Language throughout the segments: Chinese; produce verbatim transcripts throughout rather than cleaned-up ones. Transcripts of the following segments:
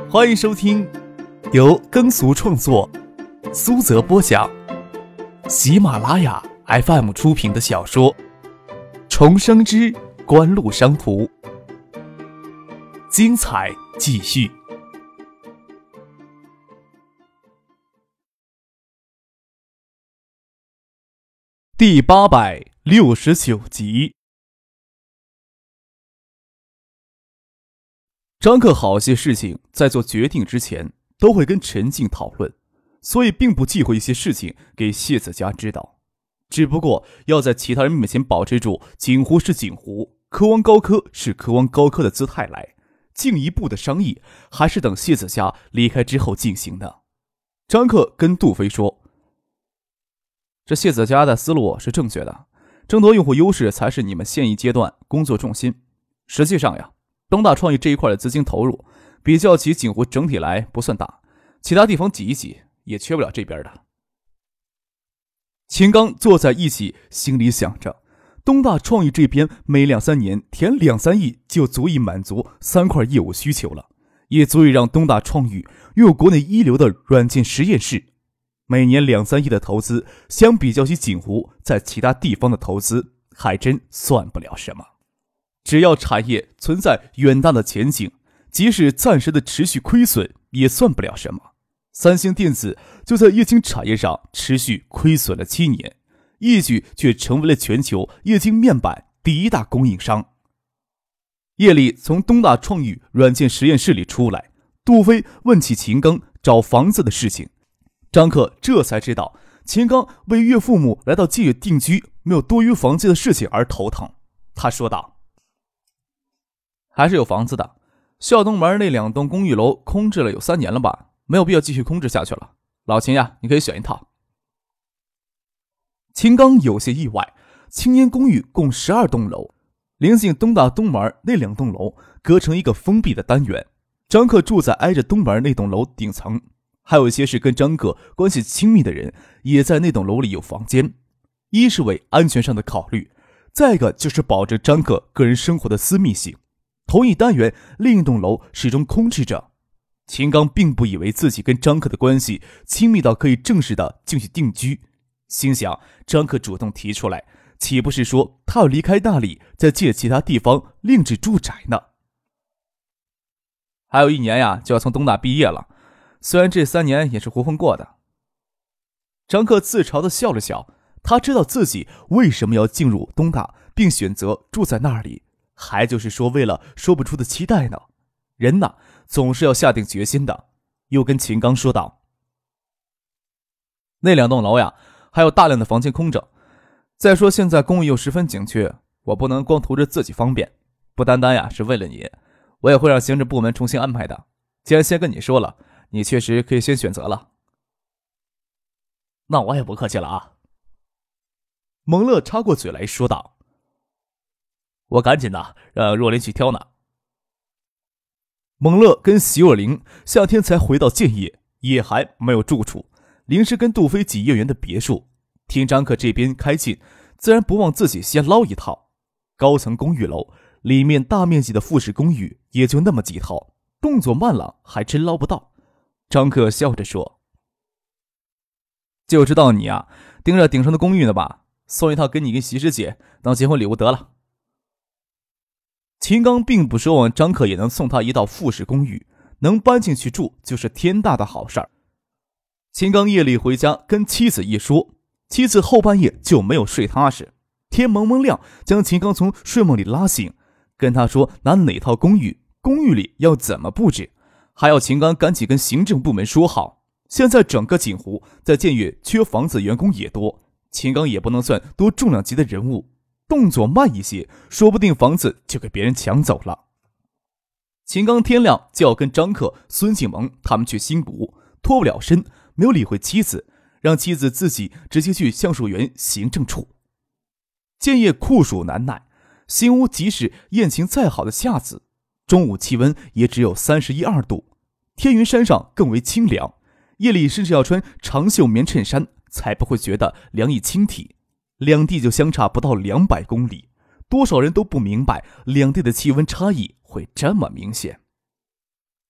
欢迎收听由耕俗创作、苏泽播讲、喜马拉雅 F M 出品的小说《重生之官路商途》，精彩继续。第八百六十九集。张克好些事情在做决定之前都会跟陈静讨论，所以并不忌讳一些事情给谢子家知道，只不过要在其他人面前保持住锦湖是锦湖，科王高科是科王高科的姿态来，进一步的商议还是等谢子家离开之后进行的。张克跟杜飞说，这谢子家的思路是正确的，争夺用户优势才是你们现一阶段工作重心。实际上呀，东大创意这一块的资金投入比较起锦湖整体来不算大，其他地方挤一挤也缺不了这边的。秦刚坐在一起，心里想着，东大创意这边每两三年填两三亿就足以满足三块业务需求了，也足以让东大创意拥有国内一流的软件实验室。每年两三亿的投资，相比较起锦湖在其他地方的投资，还真算不了什么。只要产业存在远大的前景，即使暂时的持续亏损也算不了什么。三星电子就在液晶产业上持续亏损了七年，一举却成为了全球液晶面板第一大供应商。夜里从东大创意软件实验室里出来，杜飞问起秦刚找房子的事情，张克这才知道秦刚为岳父母来到建业定居没有多余房间的事情而头疼。他说道，还是有房子的，孝东门那两栋公寓楼空置了有三年了吧，没有必要继续空置下去了。老秦呀，你可以选一套。秦刚有些意外，青烟公寓共十二栋楼，临近东大东门那两栋楼隔成一个封闭的单元。张克住在挨着东门那栋楼顶层，还有一些是跟张克关系亲密的人也在那栋楼里有房间，一是为安全上的考虑，再一个就是保证张克个人生活的私密性。同一单元另一栋楼始终空置着。秦刚并不以为自己跟张克的关系亲密到可以正式的进去定居，心想张克主动提出来，岂不是说他要离开那里，再借其他地方另置住宅呢？还有一年呀，就要从东大毕业了，虽然这三年也是胡混过的。张克自嘲地笑了笑，他知道自己为什么要进入东大并选择住在那里，还就是说为了说不出的期待呢。人呐，总是要下定决心的。又跟秦刚说道，那两栋楼呀，还有大量的房间空着，再说现在公寓又十分紧缺，我不能光图着自己方便，不单单呀是为了你，我也会让行政部门重新安排的。既然先跟你说了，你确实可以先选择了。 那我也不客气了啊。 蒙乐插过嘴来说道， 我赶紧的让若琳去挑呢。 蒙乐跟席若琳夏天才回到建业，也还没有住处，临时跟杜飞挤业园的别墅。听张克这边开进，自然不忘自己先捞一套。高层公寓楼里面大面积的复式公寓也就那么几套，动作慢了还真捞不到。张克笑着说，就知道你啊盯着顶上的公寓呢吧，送一套给你跟席师姐当结婚礼物得了。秦刚并不奢望张克也能送他一套复式公寓，能搬进去住就是天大的好事儿。秦刚夜里回家跟妻子一说，妻子后半夜就没有睡踏实，天蒙蒙亮将秦刚从睡梦里拉醒，跟他说拿哪套公寓，公寓里要怎么布置，还要秦刚赶紧跟行政部门说好。现在整个锦湖在建业缺房子，员工也多，秦刚也不能算多重量级的人物，动作慢一些，说不定房子就给别人抢走了。秦刚天亮就要跟张克、孙庆萌他们去新谷，脱不了身，没有理会妻子，让妻子自己直接去橡树园行政处。建业酷暑难耐，新屋即使宴情再好的夏子，中午气温也只有三十一二度，天云山上更为清凉，夜里甚至要穿长袖棉衬衫才不会觉得凉意侵体。两地就相差不到两百公里，多少人都不明白两地的气温差异会这么明显。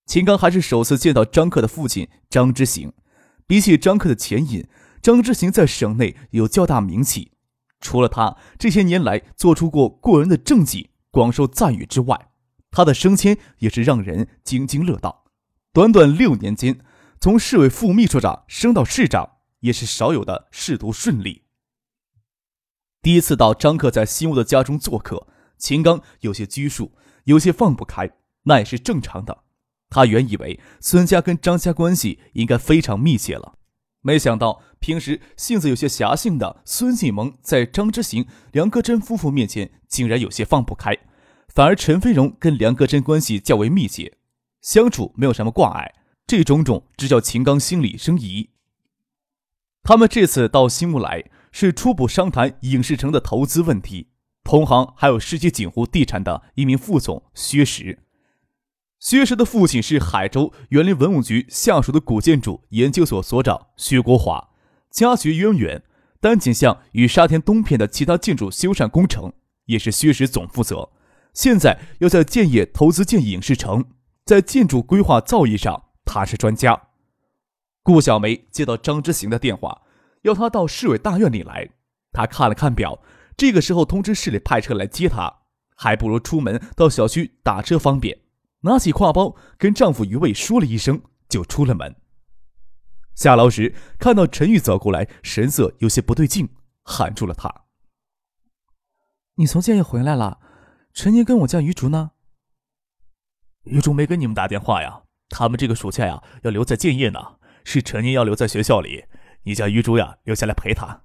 秦刚还是首次见到张克的父亲张之行。比起张克的前引，张之行在省内有较大名气。除了他这些年来做出过过人的政绩，广受赞誉之外，他的升迁也是让人津津乐道。短短六年间，从市委副秘书长升到市长，也是少有的仕途顺利。第一次到张克在新屋的家中做客，秦刚有些拘束，有些放不开，那也是正常的。他原以为孙家跟张家关系应该非常密切了，没想到平时性子有些侠性的孙继萌在张之行、梁戈珍夫妇面前竟然有些放不开，反而陈飞荣跟梁戈珍关系较为密切，相处没有什么挂碍，这种种只叫秦刚心里生疑。他们这次到新屋来，是初步商谈影视城的投资问题。同行还有世纪锦湖地产的一名副总薛石。薛石的父亲是海州园林文物局下属的古建筑研究所所长薛国华，家学渊源，丹景巷与沙田东片的其他建筑修缮工程也是薛石总负责。现在要在建业投资建影视城，在建筑规划造诣上他是专家。顾小梅接到张之行的电话，要他到市委大院里来。他看了看表，这个时候通知市里派车来接他，还不如出门到小区打车方便。拿起挎包跟丈夫于卫说了一声，就出了门。下楼时看到陈玉走过来，神色有些不对劲，喊住了他： 你从建业回来了？陈年跟我家于竹呢？ 于竹没跟你们打电话呀，他们这个暑假呀要留在建业呢，是陈年要留在学校里，你家于竹呀留下来陪他。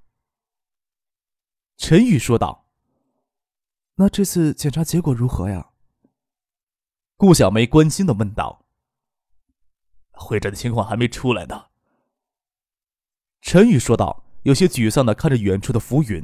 陈玉说道。 那这次检查结果如何呀？ 顾小梅关心地问道。 会诊的情况还没出来呢。 陈宇说道，有些沮丧地看着远处的浮云。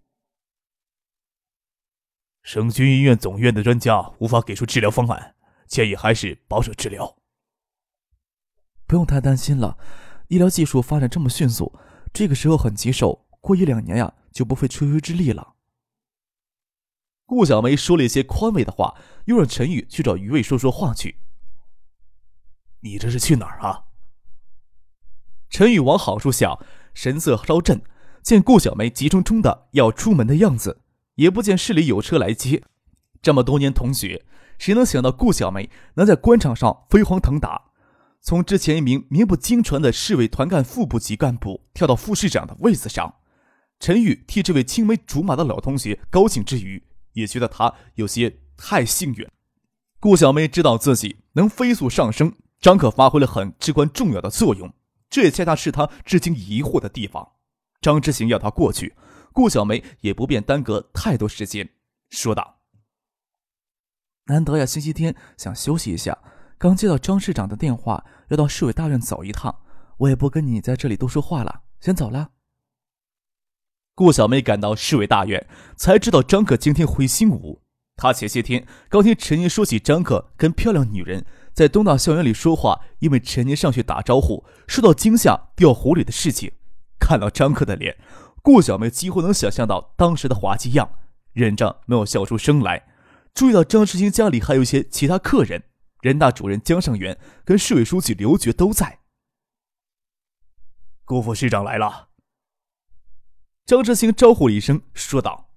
省军医院总院的专家无法给出治疗方案，建议还是保守治疗。 不用太担心了，医疗技术发展这么迅速，这个时候很棘手，过一两年呀就不费吹灰之力了。 顾小梅说了一些宽慰的话，又让陈宇去找于卫说说话去。 你这是去哪儿啊？ 陈宇往好处想，神色稍震，见顾小梅急冲冲的要出门的样子，也不见市里有车来接。这么多年同学，谁能想到顾小梅能在官场上飞黄腾达，从之前一名名不经传的市委团干副部级干部跳到副市长的位子上。陈宇替这位青梅竹马的老同学高兴之余，也觉得他有些太幸运。顾小梅知道自己能飞速上升，张可发挥了很至关重要的作用，这也恰恰是他至今疑惑的地方。张之行要他过去，顾小梅也不便耽搁太多时间，说道： 难得呀，星期天想休息一下，刚接到张市长的电话，要到市委大院走一趟，我也不跟你在这里多说话了，先走了。 顾小梅赶到市委大院，才知道张可今天回新屋。她前些天刚听陈年说起张可跟漂亮女人在东大校园里说话，因为陈年上去打招呼受到惊吓掉湖里的事情。看到张可的脸，顾小梅几乎能想象到当时的滑稽样，忍着没有笑出声来。注意到张世清家里还有一些其他客人，人大主任江上元跟市委书记刘觉都在。 顾副市长来了。 张之行招呼了一声，说道：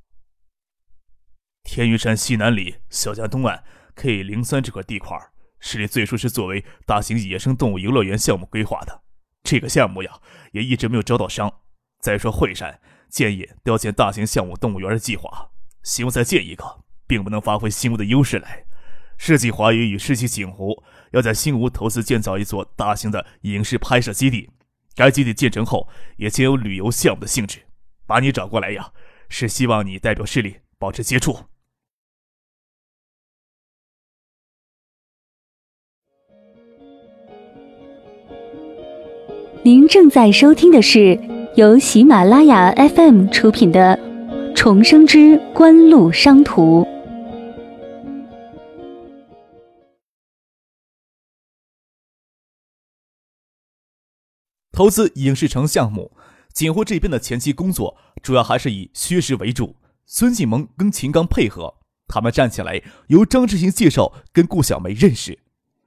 天云山西南里小江东岸 K 零三 这块地块，市里最初是作为大型野生动物游乐园项目规划的，这个项目呀也一直没有招到商。再说惠山、建业都要建大型项目动物园的计划，新屋再建一个，并不能发挥新屋的优势来。世纪华语与世纪锦湖要在新屋投资建造一座大型的影视拍摄基地，该基地建成后也兼有旅游项目的性质。把你找过来呀，是希望你代表市里保持接触。 您正在收听的是由喜马拉雅 F M 出品的《重生之官路商途》。 投资影视城项目，锦湖这边的前期工作主要还是以薛石为主，孙继萌跟秦刚配合，他们站起来由张之行介绍跟顾小梅认识。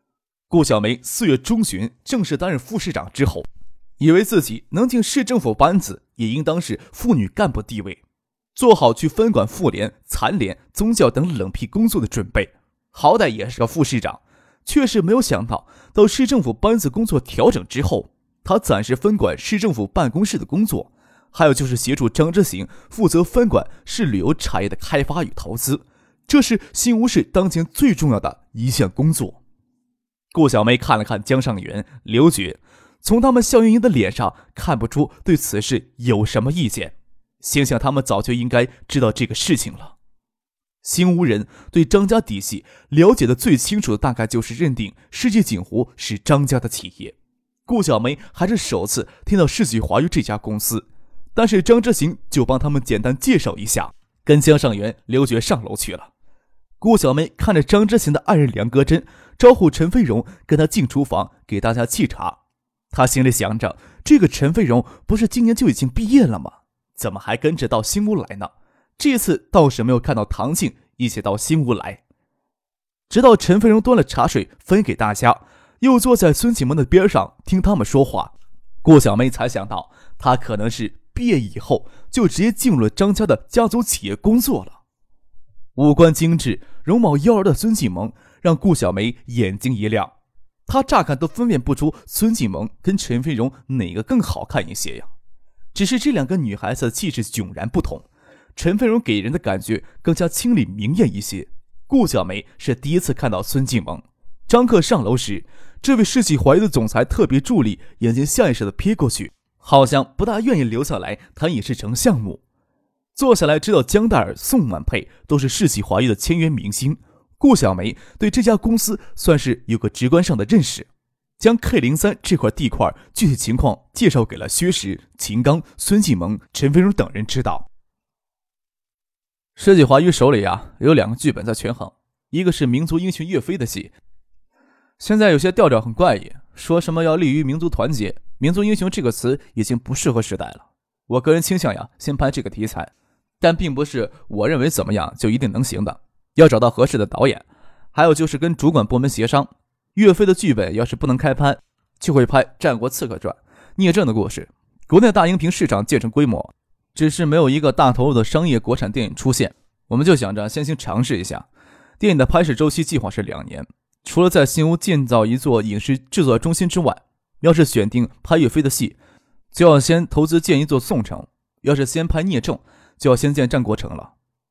顾小梅四月中旬正式担任副市长之后，以为自己能进市政府班子，也应当是妇女干部地位，做好去分管妇联、残联、宗教等冷僻工作的准备。好歹也是个副市长，却是没有想到，到市政府班子工作调整之后，他暂时分管市政府办公室的工作，还有就是协助张之行负责分管市旅游产业的开发与投资，这是新吴市当前最重要的一项工作。顾小梅看了看江上元、刘觉，从他们笑盈盈的脸上看不出对此事有什么意见，心想他们早就应该知道这个事情了。新吴人对张家底细了解的最清楚的，大概就是认定世纪锦湖是张家的企业。顾小梅还是首次听到世纪华娱这家公司，但是张之行就帮他们简单介绍一下，跟江上元、刘觉上楼去了。顾小梅看着张之行的爱人梁戈珍招呼陈飞荣跟他进厨房给大家沏茶，他心里想着，这个陈飞荣不是今年就已经毕业了吗？怎么还跟着到新屋来呢？这次倒是没有看到唐庆一起到新屋来。直到陈飞荣端了茶水分给大家，又坐在孙启萌的边上听他们说话，顾小梅才想到，他可能是毕业以后就直接进入了张家的家族企业工作了。五官精致、容貌妖娆的孙继萌让顾小梅眼睛一亮，她乍看都分辨不出孙继萌跟陈飞荣哪个更好看一些呀。只是这两个女孩子的气质迥然不同，陈飞荣给人的感觉更加清丽明艳一些。顾小梅是第一次看到孙继萌。张克上楼时，这位世纪华娱的总裁特别助理眼睛下意识地瞥过去，好像不大愿意留下来谈影视城项目。坐下来知道江黛儿、宋满佩都是世纪华娱的签约明星，顾小梅对这家公司算是有个直观上的认识，将 K 零三 这块地块具体情况介绍给了薛石、秦刚、孙继萌、陈飞荣等人知道。世纪华娱手里啊有两个剧本在权衡，一个是民族英雄岳飞的戏，现在有些调调很怪异，说什么要立于民族团结，民族英雄这个词已经不适合时代了。我个人倾向呀，先拍这个题材，但并不是我认为怎么样就一定能行的，要找到合适的导演，还有就是跟主管部门协商。岳飞的剧本要是不能开拍，就会拍《战国刺客传》、聂政的故事。国内大荧屏市场建成规模，只是没有一个大投入的商业国产电影出现，我们就想着先行尝试一下。电影的拍摄周期计划是两年，除了在新屋建造一座影视制作中心之外，要是选定拍岳飞的戏，就要先投资建一座宋城；要是先拍聂政，就要先建战国城了。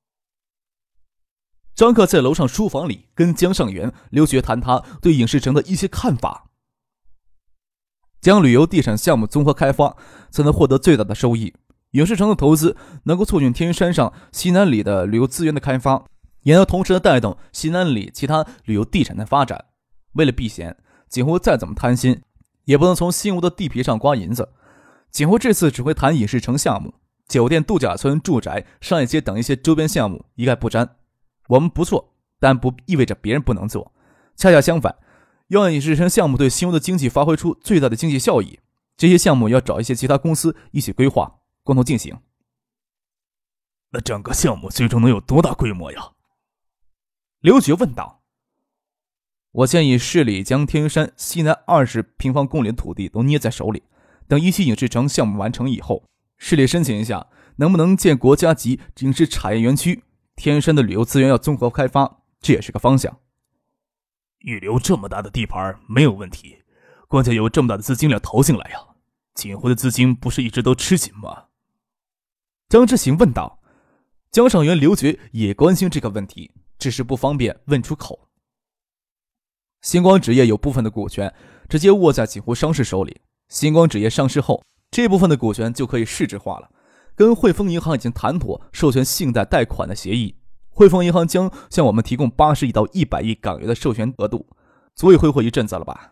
张克在楼上书房里跟江上元、刘学谈他对影视城的一些看法。将旅游地产项目综合开发，才能获得最大的收益。影视城的投资能够促进天山上西南里的旅游资源的开发，也能同时的带动西南里其他旅游地产的发展。为了避嫌，锦湖再怎么贪心，也不能从新吴的地皮上刮银子。锦湖这次只会谈影视城项目，酒店、度假村、住宅、商业街等一些周边项目一概不沾。我们不错，但不意味着别人不能做。恰恰相反，要让影视城项目对新吴的经济发挥出最大的经济效益，这些项目要找一些其他公司一起规划，共同进行。 那整个项目最终能有多大规模呀？ 刘觉问道。我建议市里将天云山西南二十平方公里的土地都捏在手里，等一期影视城项目完成以后，市里申请一下能不能建国家级影视产业园区。天云山的旅游资源要综合开发，这也是个方向。 预留这么大的地盘没有问题，关键有这么大的资金量投进来呀。锦湖的资金不是一直都吃紧吗？ 张之行问道。江上元、刘觉也关心这个问题，只是不方便问出口。星光纸业有部分的股权直接握在锦湖商事手里，星光纸业上市后，这部分的股权就可以市值化了。跟汇丰银行已经谈妥授权信贷贷款的协议，汇丰银行将向我们提供八十亿到一百亿港元的授权额度，足以挥霍一阵子了吧？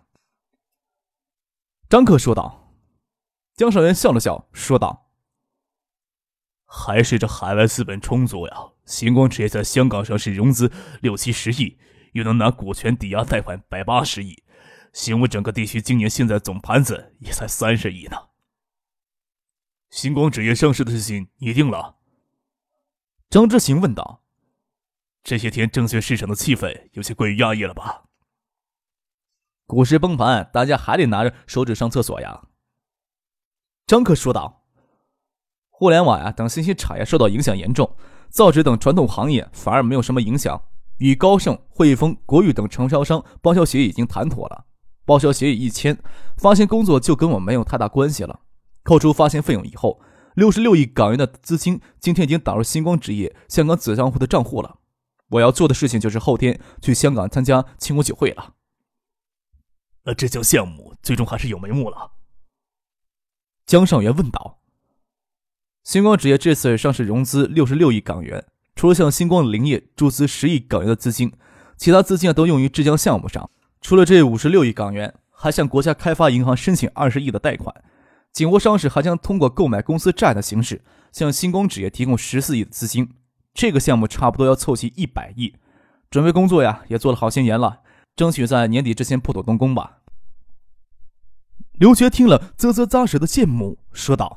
张克说道。江上元笑了笑，说道：“ 还是这海外资本充足呀！星光纸业在香港上市融资六七十亿，又能拿股权抵押贷款百八十亿，新吴整个地区今年现在总盘子也才三十亿呢。”星光纸业上市的事情拟定了？ 张之行问道。 这些天证券市场的气氛有些过于压抑了吧？ 股市崩盘，大家还得拿着手纸上厕所呀。张克说道。互联网呀等新兴产业受到影响严重，造纸等传统行业反而没有什么影响。与高盛、汇丰、国裕等承销商报销协议已经谈妥了，报销协议一签，发行工作就跟我没有太大关系了。扣除发行费用以后，六十六亿港元的资金今天已经打入星光纸业香港子账户的账户了。我要做的事情就是后天去香港参加庆功酒会了。 那这项项目最终还是有眉目了？ 江尚元问道。星光纸业这次上市融资六十六亿港元，除了向星光林业注资十亿港元的资金，其他资金都用于这项项目上。除了这五十六亿港元，还向国家开发银行申请二十亿的贷款。景湖商事还将通过购买公司债的形式，向星光纸业提供十四亿的资金。这个项目差不多要凑齐一百亿，准备工作呀也做了好些年了，争取在年底之前破土动工吧。刘觉听了啧啧咂舌的羡慕，说道。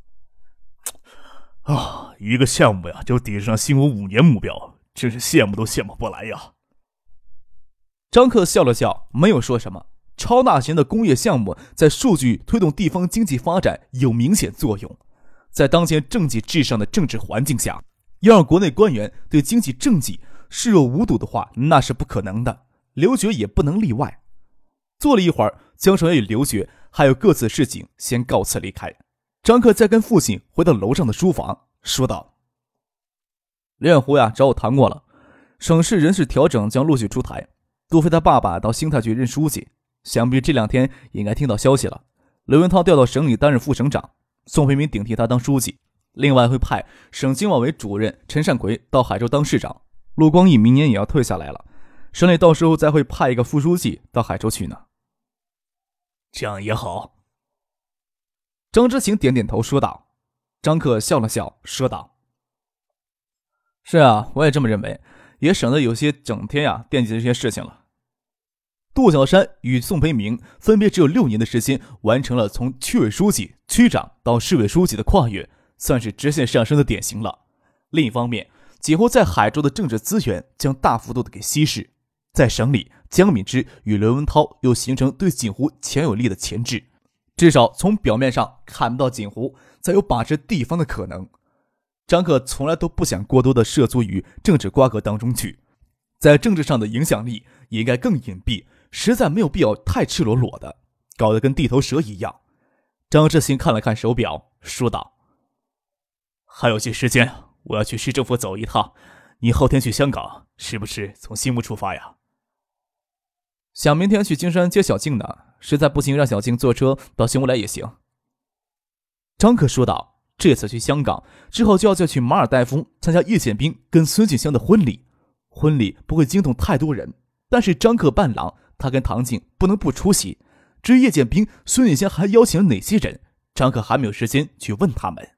啊，一个项目呀就抵上新我五年目标，真是羡慕都羡慕不来呀。 张克笑了笑，没有说什么。超大型的工业项目在数据推动地方经济发展有明显作用，在当前政绩至上的政治环境下，要让国内官员对经济政绩视若无睹的话，那是不可能的。刘觉也不能例外。坐了一会儿，江尚元与刘觉还有各自事情先告辞离开。张克再跟父亲回到楼上的书房，说道：刘远湖呀找我谈过了，省市人事调整将陆续出台，杜飞他爸爸到兴泰去任书记，想必这两天应该听到消息了。刘文涛调到省里担任副省长，宋培民顶替他当书记，另外会派省经贸委主任陈善奎到海州当市长，陆光义明年也要退下来了，省里到时候再会派一个副书记到海州去呢。 这样也好。 张之行点点头说道。张克笑了笑说道：是啊，我也这么认为，也省得有些整天呀惦记这些事情了。杜小山与宋培明分别只有六年的时间，完成了从区委书记、区长到市委书记的跨越，算是直线上升的典型了。另一方面，几乎在海州的政治资源将大幅度的给稀释，在省里，江敏之与刘文涛又形成对锦湖强有力的钳制，至少从表面上看不到锦湖再有把持地方的可能。张克从来都不想过多的涉足于政治瓜葛当中去，在政治上的影响力也应该更隐蔽，实在没有必要太赤裸裸的，搞得跟地头蛇一样。张之行看了看手表，说道：还有些时间，我要去市政府走一趟，你后天去香港，是不是从新屋出发呀？想明天去金山接小静呢，实在不行让小静坐车到新屋来也行。张克说道。这次去香港之后就要再去马尔代夫参加叶剑兵跟孙静香的婚礼，婚礼不会惊动太多人，但是张克伴郎他跟唐静不能不出席。至于叶剑兵、孙静香还邀请了哪些人，张克还没有时间去问他们。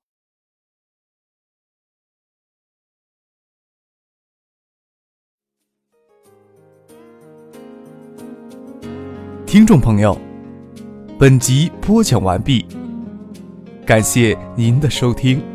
听众朋友，本集播讲完毕，感谢您的收听。